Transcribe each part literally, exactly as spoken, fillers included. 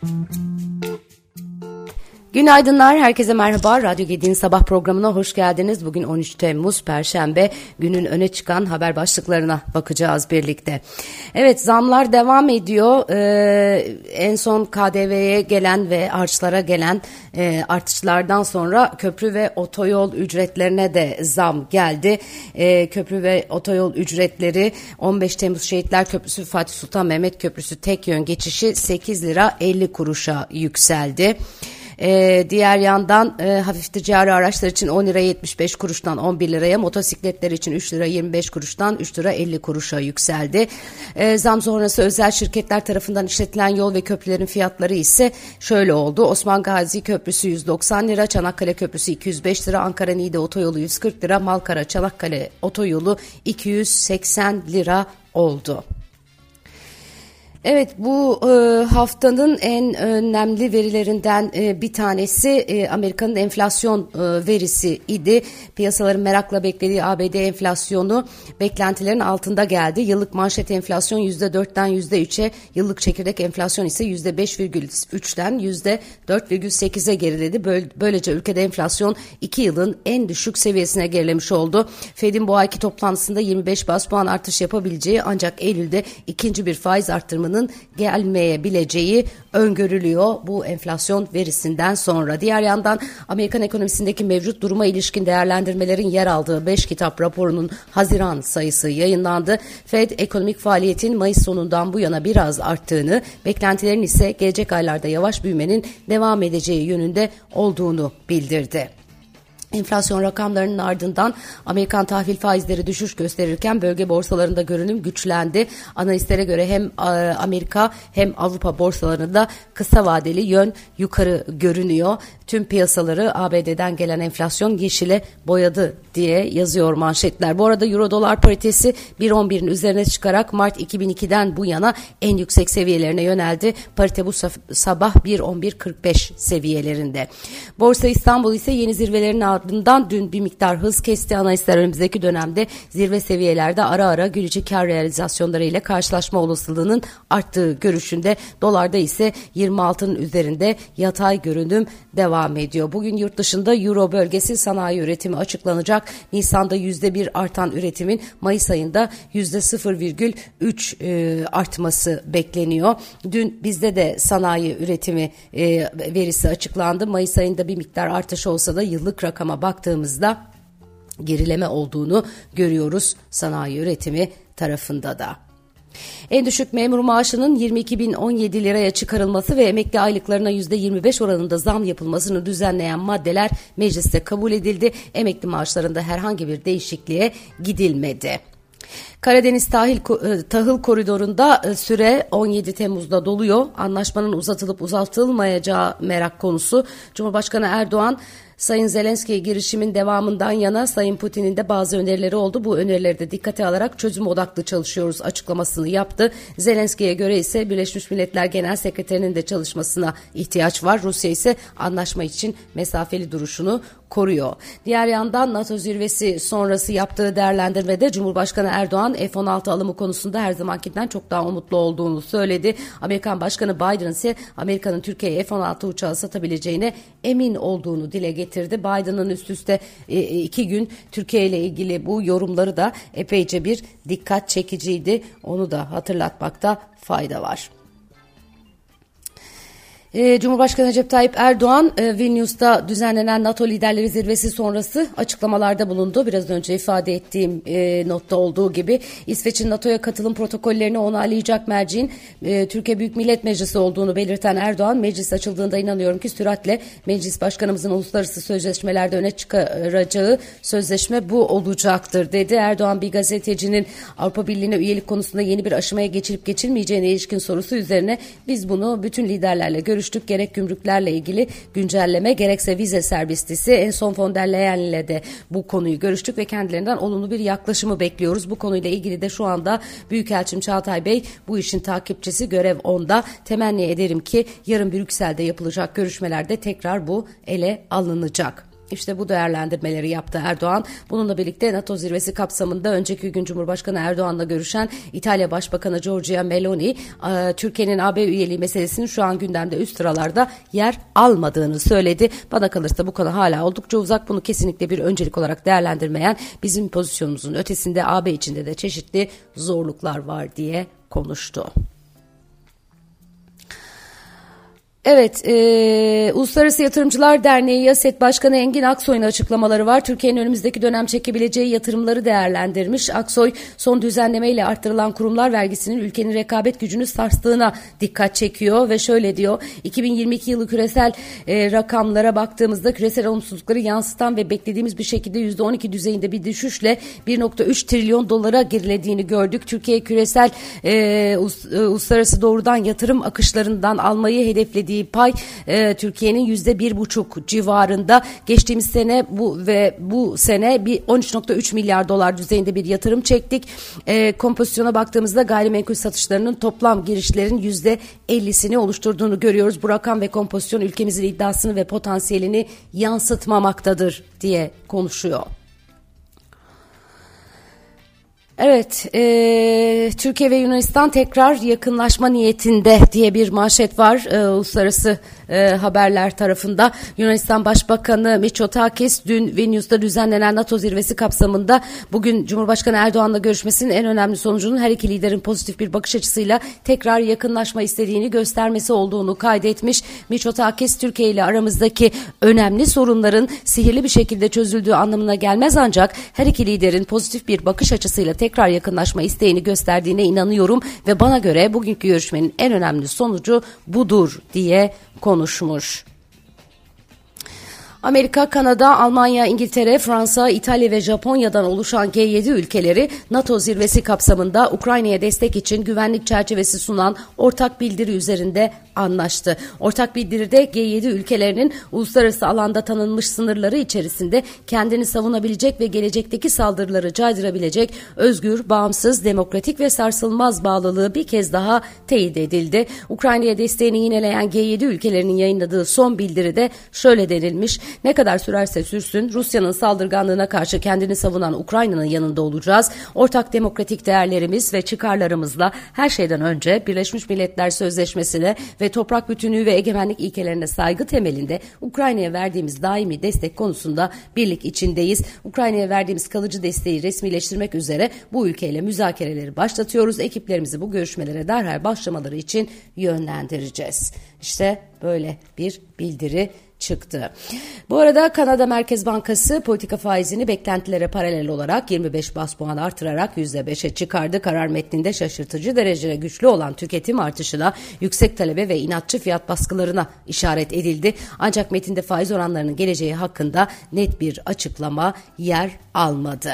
Günaydınlar, herkese merhaba. Radyo Gedi'nin sabah programına hoş geldiniz. Bugün on üç Temmuz Perşembe, günün öne çıkan haber başlıklarına bakacağız birlikte. Evet, zamlar devam ediyor. Ee, en son K D V'ye gelen ve harçlara gelen e, artışlardan sonra köprü ve otoyol ücretlerine de zam geldi. E, köprü ve otoyol ücretleri on beş Temmuz Şehitler Köprüsü, Fatih Sultan Mehmet Köprüsü tek yön geçişi sekiz lira elli kuruşa yükseldi. Ee, diğer yandan e, hafif ticari araçlar için on lira yetmiş beş kuruştan on bir liraya, motosikletler için üç lira yirmi beş kuruştan üç lira elli kuruşa yükseldi. E, zam sonrası özel şirketler tarafından işletilen yol ve köprülerin fiyatları ise şöyle oldu. Osman Gazi Köprüsü yüz doksan lira, Çanakkale Köprüsü iki yüz beş lira, Ankara Niğde Otoyolu yüz kırk lira, Malkara Çanakkale Otoyolu iki yüz seksen lira oldu. Evet, bu e, haftanın en önemli verilerinden e, bir tanesi e, Amerika'nın enflasyon e, verisi idi. Piyasaların merakla beklediği A B D enflasyonu beklentilerin altında geldi. Yıllık manşet enflasyon yüzde dörtten yüzde üçe, yıllık çekirdek enflasyon ise yüzde beş virgül üçten yüzde dört virgül sekize geriledi. Böylece ülkede enflasyon iki yılın en düşük seviyesine gerilemiş oldu. Fed'in bu ayki toplantısında yirmi beş bas puan artış yapabileceği, ancak Eylül'de ikinci bir faiz artırımının gelmeyebileceği öngörülüyor bu enflasyon verisinden sonra. Diğer yandan Amerikan ekonomisindeki mevcut duruma ilişkin değerlendirmelerin yer aldığı beş kitap raporunun Haziran sayısı yayınlandı. Fed ekonomik faaliyetin Mayıs sonundan bu yana biraz arttığını, beklentilerin ise gelecek aylarda yavaş büyümenin devam edeceği yönünde olduğunu bildirdi. Enflasyon rakamlarının ardından Amerikan tahvil faizleri düşüş gösterirken bölge borsalarında görünüm güçlendi. Analistlere göre hem Amerika hem Avrupa borsalarında kısa vadeli yön yukarı görünüyor. Tüm piyasaları A B D'den gelen enflasyon yeşile boyadı diye yazıyor manşetler. Bu arada Euro dolar paritesi bir virgül on birin üzerine çıkarak Mart iki bin ikiden bu yana en yüksek seviyelerine yöneldi. Parite bu sabah bir virgül on bir kırk beş seviyelerinde. Borsa İstanbul ise yeni zirvelerin ardından dün bir miktar hız kesti. Analistler önümüzdeki dönemde zirve seviyelerde ara ara gülücü kar realizasyonları ile karşılaşma olasılığının arttığı görüşünde. Dolarda ise yirmi altının üzerinde yatay görünüm devam ediyor. Bugün yurt dışında Euro bölgesi sanayi üretimi açıklanacak. Nisan'da yüzde bir artan üretimin Mayıs ayında yüzde sıfır virgül üç e, artması bekleniyor. Dün bizde de sanayi üretimi e, verisi açıklandı. Mayıs ayında bir miktar artış olsa da yıllık rakama baktığımızda gerileme olduğunu görüyoruz sanayi üretimi tarafında da. En düşük memur maaşının yirmi iki bin on yedi liraya çıkarılması ve emekli aylıklarına yüzde yirmi beş oranında zam yapılmasını düzenleyen maddeler mecliste kabul edildi. Emekli maaşlarında herhangi bir değişikliğe gidilmedi. Karadeniz tahil, tahıl koridorunda süre on yedi Temmuz'da doluyor. Anlaşmanın uzatılıp uzatılmayacağı merak konusu. Cumhurbaşkanı Erdoğan, Sayın Zelenski'ye girişimin devamından yana Sayın Putin'in de bazı önerileri oldu. Bu önerileri de dikkate alarak çözüm odaklı çalışıyoruz açıklamasını yaptı. Zelenski'ye göre ise Birleşmiş Milletler Genel Sekreterinin de çalışmasına ihtiyaç var. Rusya ise anlaşma için mesafeli duruşunu koruyor. Diğer yandan NATO zirvesi sonrası yaptığı değerlendirmede Cumhurbaşkanı Erdoğan F on altı alımı konusunda her zamankinden çok daha umutlu olduğunu söyledi. Amerikan Başkanı Biden ise Amerika'nın Türkiye'ye F on altı uçağı satabileceğine emin olduğunu dile getirdi. Biden'ın üst üste e, iki gün Türkiye ile ilgili bu yorumları da epeyce bir dikkat çekiciydi. Onu da hatırlatmakta fayda var. Cumhurbaşkanı Recep Tayyip Erdoğan Vilnius'ta düzenlenen NATO liderleri zirvesi sonrası açıklamalarda bulundu. Biraz önce ifade ettiğim notta olduğu gibi İsveç'in NATO'ya katılım protokollerini onaylayacak merciğin Türkiye Büyük Millet Meclisi olduğunu belirten Erdoğan, meclis açıldığında inanıyorum ki süratle meclis başkanımızın uluslararası sözleşmelerde öne çıkaracağı sözleşme bu olacaktır dedi. Erdoğan, bir gazetecinin Avrupa Birliği'ne üyelik konusunda yeni bir aşamaya geçilip geçilmeyeceğine ilişkin sorusu üzerine biz bunu bütün liderlerle görüştük. Gerek gümrüklerle ilgili güncelleme, gerekse vize serbestisi. En son von der Leyen ile de bu konuyu görüştük ve kendilerinden olumlu bir yaklaşımı bekliyoruz. Bu konuyla ilgili de şu anda Büyükelçim Çağatay Bey bu işin takipçisi, görev onda. Temenni ederim ki yarın Brüksel'de yapılacak görüşmelerde tekrar bu ele alınacak İşte bu değerlendirmeleri yaptı Erdoğan. Bununla birlikte NATO zirvesi kapsamında önceki gün Cumhurbaşkanı Erdoğan'la görüşen İtalya Başbakanı Giorgia Meloni, Türkiye'nin A B üyeliği meselesinin şu an gündemde üst sıralarda yer almadığını söyledi. Bana kalırsa bu konu hala oldukça uzak. Bunu kesinlikle bir öncelik olarak değerlendirmeyen, bizim pozisyonumuzun ötesinde A B içinde de çeşitli zorluklar var diye konuştu. Evet, e, Uluslararası Yatırımcılar Derneği YASET Başkanı Engin Aksoy'un açıklamaları var. Türkiye'nin önümüzdeki dönem çekebileceği yatırımları değerlendirmiş. Aksoy, son düzenlemeyle arttırılan kurumlar vergisinin ülkenin rekabet gücünü sarstığına dikkat çekiyor ve şöyle diyor: iki bin yirmi iki yılı küresel e, rakamlara baktığımızda küresel olumsuzlukları yansıtan ve beklediğimiz bir şekilde yüzde on iki düzeyinde bir düşüşle bir nokta üç trilyon dolara gerilediğini gördük. Türkiye küresel e, us, e, uluslararası doğrudan yatırım akışlarından almayı hedeflediği pay e, Türkiye'nin yüzde bir buçuk civarında. Geçtiğimiz sene bu ve bu sene bir on üç nokta üç milyar dolar düzeyinde bir yatırım çektik. E, kompozisyona baktığımızda gayrimenkul satışlarının toplam girişlerin yüzde ellisini oluşturduğunu görüyoruz. Bu rakam ve kompozisyon ülkemizin iddiasını ve potansiyelini yansıtmamaktadır diye konuşuyor. Evet, e, Türkiye ve Yunanistan tekrar yakınlaşma niyetinde diye bir manşet var e, uluslararası e, haberler tarafında. Yunanistan Başbakanı Mitsotakis dün Vilnius'ta düzenlenen NATO zirvesi kapsamında bugün Cumhurbaşkanı Erdoğan'la görüşmesinin en önemli sonucunun her iki liderin pozitif bir bakış açısıyla tekrar yakınlaşma istediğini göstermesi olduğunu kaydetmiş. Mitsotakis, Türkiye ile aramızdaki önemli sorunların sihirli bir şekilde çözüldüğü anlamına gelmez, ancak her iki liderin pozitif bir bakış açısıyla tekrar yakınlaşma isteğini gösterdiğine inanıyorum ve bana göre bugünkü görüşmenin en önemli sonucu budur diye konuşmuş. Amerika, Kanada, Almanya, İngiltere, Fransa, İtalya ve Japonya'dan oluşan G yedi ülkeleri NATO zirvesi kapsamında Ukrayna'ya destek için güvenlik çerçevesi sunan ortak bildiri üzerinde anlaştı. Ortak bildiride G yedi ülkelerinin uluslararası alanda tanınmış sınırları içerisinde kendini savunabilecek ve gelecekteki saldırıları caydırabilecek özgür, bağımsız, demokratik ve sarsılmaz bağlılığı bir kez daha teyit edildi. Ukrayna'ya desteğini yineleyen G yedi ülkelerinin yayınladığı son bildiride şöyle denilmiş: ne kadar sürerse sürsün Rusya'nın saldırganlığına karşı kendini savunan Ukrayna'nın yanında olacağız. Ortak demokratik değerlerimiz ve çıkarlarımızla her şeyden önce Birleşmiş Milletler Sözleşmesi'ne ve toprak bütünlüğü ve egemenlik ilkelerine saygı temelinde Ukrayna'ya verdiğimiz daimi destek konusunda birlik içindeyiz. Ukrayna'ya verdiğimiz kalıcı desteği resmileştirmek üzere bu ülkeyle müzakereleri başlatıyoruz. Ekiplerimizi bu görüşmelere derhal başlamaları için yönlendireceğiz. İşte böyle bir bildiri çıktı. Bu arada Kanada Merkez Bankası politika faizini beklentilere paralel olarak yirmi beş bas puan artırarak yüzde beşe çıkardı. Karar metninde şaşırtıcı derecede güçlü olan tüketim artışına, yüksek talebe ve inatçı fiyat baskılarına işaret edildi. Ancak metinde faiz oranlarının geleceği hakkında net bir açıklama yer almadı.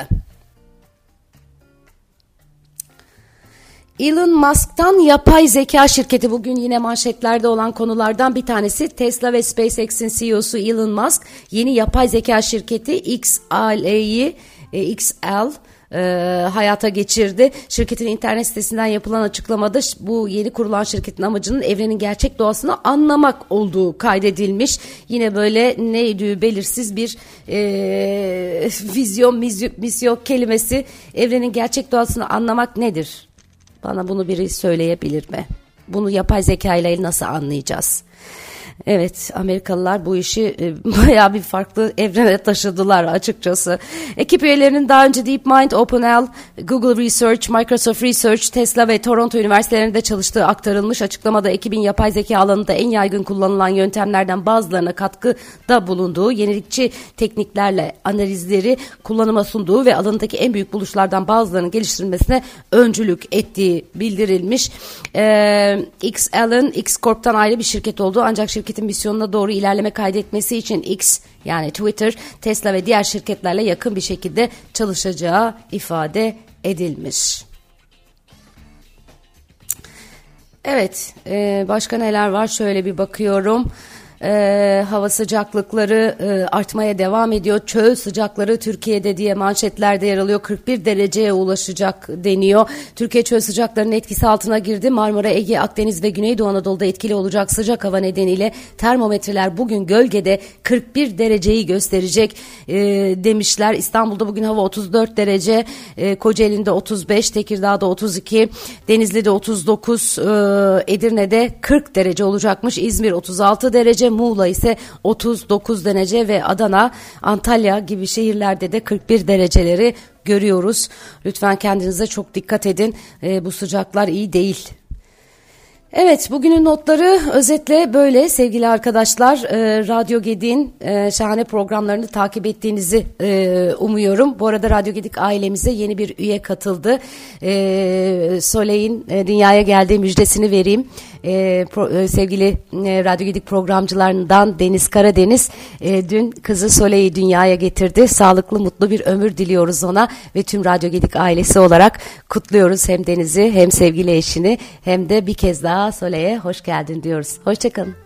Elon Musk'tan yapay zeka şirketi bugün yine manşetlerde olan konulardan bir tanesi. Tesla ve SpaceX'in C E O'su Elon Musk yeni yapay zeka şirketi X L A'yı e, X L e, hayata geçirdi. Şirketin internet sitesinden yapılan açıklamada bu yeni kurulan şirketin amacının evrenin gerçek doğasını anlamak olduğu kaydedilmiş. Yine böyle neydi belirsiz bir e, vizyon, misyon kelimesi. Evrenin gerçek doğasını anlamak nedir? Bana bunu biri söyleyebilir mi? Bunu yapay zeka ile nasıl anlayacağız? Evet, Amerikalılar bu işi e, bayağı bir farklı evrene taşıdılar açıkçası. Ekip üyelerinin daha önce DeepMind, OpenAI, Google Research, Microsoft Research, Tesla ve Toronto üniversitelerinde çalıştığı aktarılmış. Açıklamada ekibin yapay zeka alanında en yaygın kullanılan yöntemlerden bazılarına katkıda bulunduğu, yenilikçi tekniklerle analizleri kullanıma sunduğu ve alanındaki en büyük buluşlardan bazılarının geliştirilmesine öncülük ettiği bildirilmiş. Ee, X L'ın X Corp'tan ayrı bir şirket olduğu, ancak şirket şirketin misyonuna doğru ilerleme kaydetmesi için X yani Twitter, Tesla ve diğer şirketlerle yakın bir şekilde çalışacağı ifade edilmiş. Evet, e, başka neler var? Şöyle bir bakıyorum. Ee, hava sıcaklıkları e, artmaya devam ediyor. Çöl sıcakları Türkiye'de diye manşetlerde yer alıyor. kırk bir dereceye ulaşacak deniyor. Türkiye çöl sıcaklarının etkisi altına girdi. Marmara, Ege, Akdeniz ve Güneydoğu Anadolu'da etkili olacak sıcak hava nedeniyle termometreler bugün gölgede kırk bir dereceyi gösterecek e, demişler. İstanbul'da bugün hava otuz dört derece, e, Kocaeli'nde otuz beş, Tekirdağ'da otuz iki, Denizli'de otuz dokuz, e, Edirne'de kırk derece olacakmış. İzmir otuz altı derece, Muğla ise otuz dokuz derece ve Adana, Antalya gibi şehirlerde de kırk bir dereceleri görüyoruz. Lütfen kendinize çok dikkat edin. E, bu sıcaklar iyi değil. Evet, bugünün notları özetle böyle sevgili arkadaşlar. E, Radyo Gedik'in e, şahane programlarını takip ettiğinizi e, umuyorum. Bu arada Radyo Gedik ailemize yeni bir üye katıldı. E, Soleil'in e, dünyaya geldiği müjdesini vereyim. E, pro, e, sevgili e, Radyo Gedik programcılarından Deniz Karadeniz e, dün kızı Soleil'i dünyaya getirdi. Sağlıklı, mutlu bir ömür diliyoruz ona ve tüm Radyo Gedik ailesi olarak kutluyoruz hem Deniz'i hem sevgili eşini hem de bir kez daha Soleil'e hoş geldin diyoruz. Hoşçakalın.